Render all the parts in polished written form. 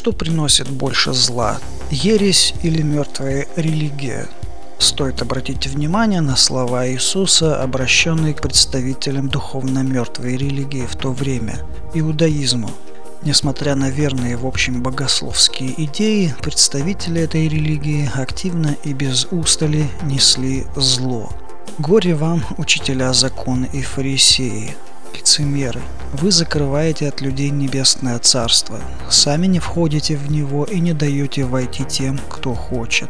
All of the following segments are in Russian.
Что приносит больше зла? Ересь или мертвая религия? Стоит обратить внимание на слова Иисуса, обращенные к представителям духовно мертвой религии в то время – иудаизму. Несмотря на верные в общем богословские идеи, представители этой религии активно и без устали несли зло. Горе вам, учителя закона и фарисеи, лицемеры! Вы закрываете от людей небесное царство, сами не входите в него и не даете войти тем, кто хочет.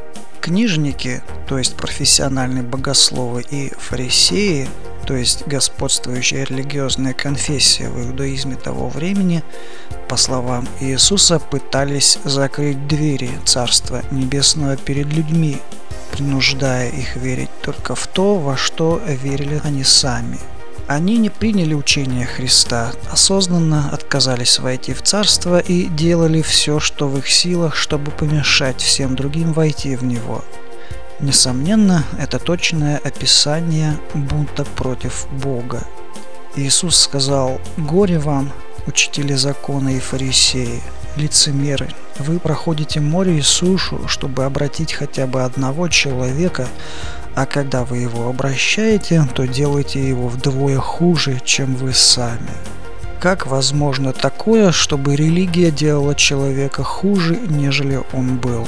Книжники, то есть профессиональные богословы, и фарисеи, то есть господствующая религиозная конфессия в иудаизме того времени, по словам Иисуса, пытались закрыть двери Царства Небесного перед людьми, принуждая их верить только в то, во что верили они сами. Они не приняли учение Христа, осознанно отказались войти в Царство и делали все, что в их силах, чтобы помешать всем другим войти в него. Несомненно, это точное описание бунта против Бога. Иисус сказал: «Горе вам, учители закона и фарисеи, лицемеры! Вы проходите море и сушу, чтобы обратить хотя бы одного человека, а когда вы его обращаете, то делаете его вдвое хуже, чем вы сами». Как возможно такое, чтобы религия делала человека хуже, нежели он был?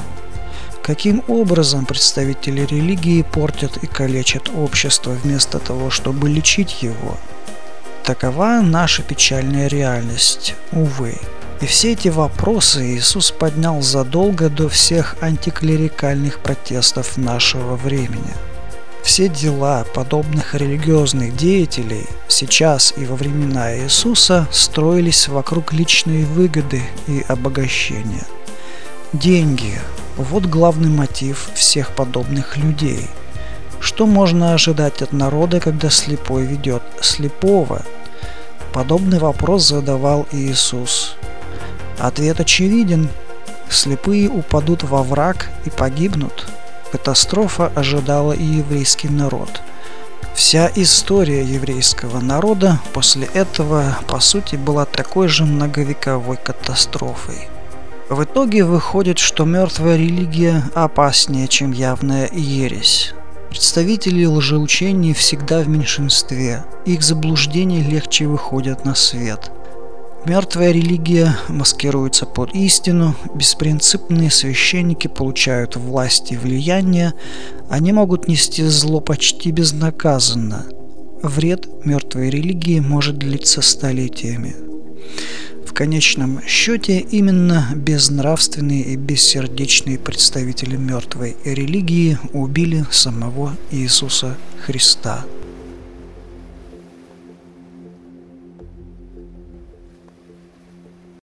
Каким образом представители религии портят и калечат общество вместо того, чтобы лечить его? Такова наша печальная реальность, увы. И все эти вопросы Иисус поднял задолго до всех антиклерикальных протестов нашего времени. Все дела подобных религиозных деятелей сейчас и во времена Иисуса строились вокруг личной выгоды и обогащения. Деньги – вот главный мотив всех подобных людей. Что можно ожидать от народа, когда слепой ведет слепого? Подобный вопрос задавал Иисус. Ответ очевиден. Слепые упадут во враг и погибнут. Катастрофа ожидала и еврейский народ. Вся история еврейского народа после этого, по сути, была такой же многовековой катастрофой. В итоге выходит, что мертвая религия опаснее, чем явная ересь. Представители лжеучений всегда в меньшинстве, их заблуждения легче выходят на свет. Мертвая религия маскируется под истину, беспринципные священники получают власть и влияние, они могут нести зло почти безнаказанно. Вред мертвой религии может длиться столетиями. В конечном счете, именно безнравственные и бессердечные представители мертвой религии убили самого Иисуса Христа.